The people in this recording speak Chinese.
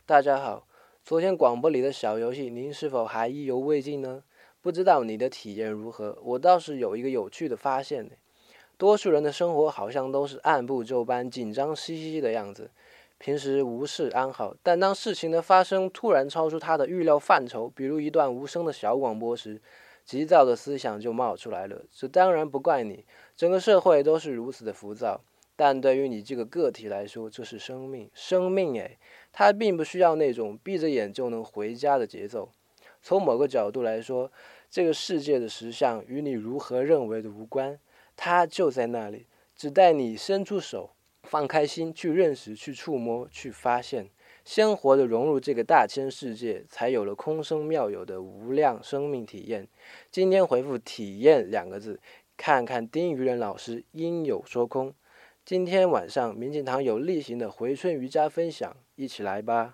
大家好，昨天广播里的小游戏，您是否还意犹未尽呢？不知道你的体验如何？我倒是有一个有趣的发现呢。多数人的生活好像都是按部就班、紧张兮兮的样子，平时无事安好。但当事情的发生突然超出他的预料范畴，比如一段无声的小广播时，急躁的思想就冒出来了。这当然不怪你，整个社会都是如此的浮躁。但对于你这个个体来说，这是生命，生命诶，它并不需要那种闭着眼就能回家的节奏。从某个角度来说，这个世界的实相与你如何认为的无关，它就在那里，只待你伸出手，放开心去认识、去触摸、去发现，鲜活的融入这个大千世界，才有了空生妙有的无量生命体验。今天回复"体验"2个字，看看丁于仁老师应有说空。今天晚上民进堂有例行的回春瑜伽分享，一起来吧。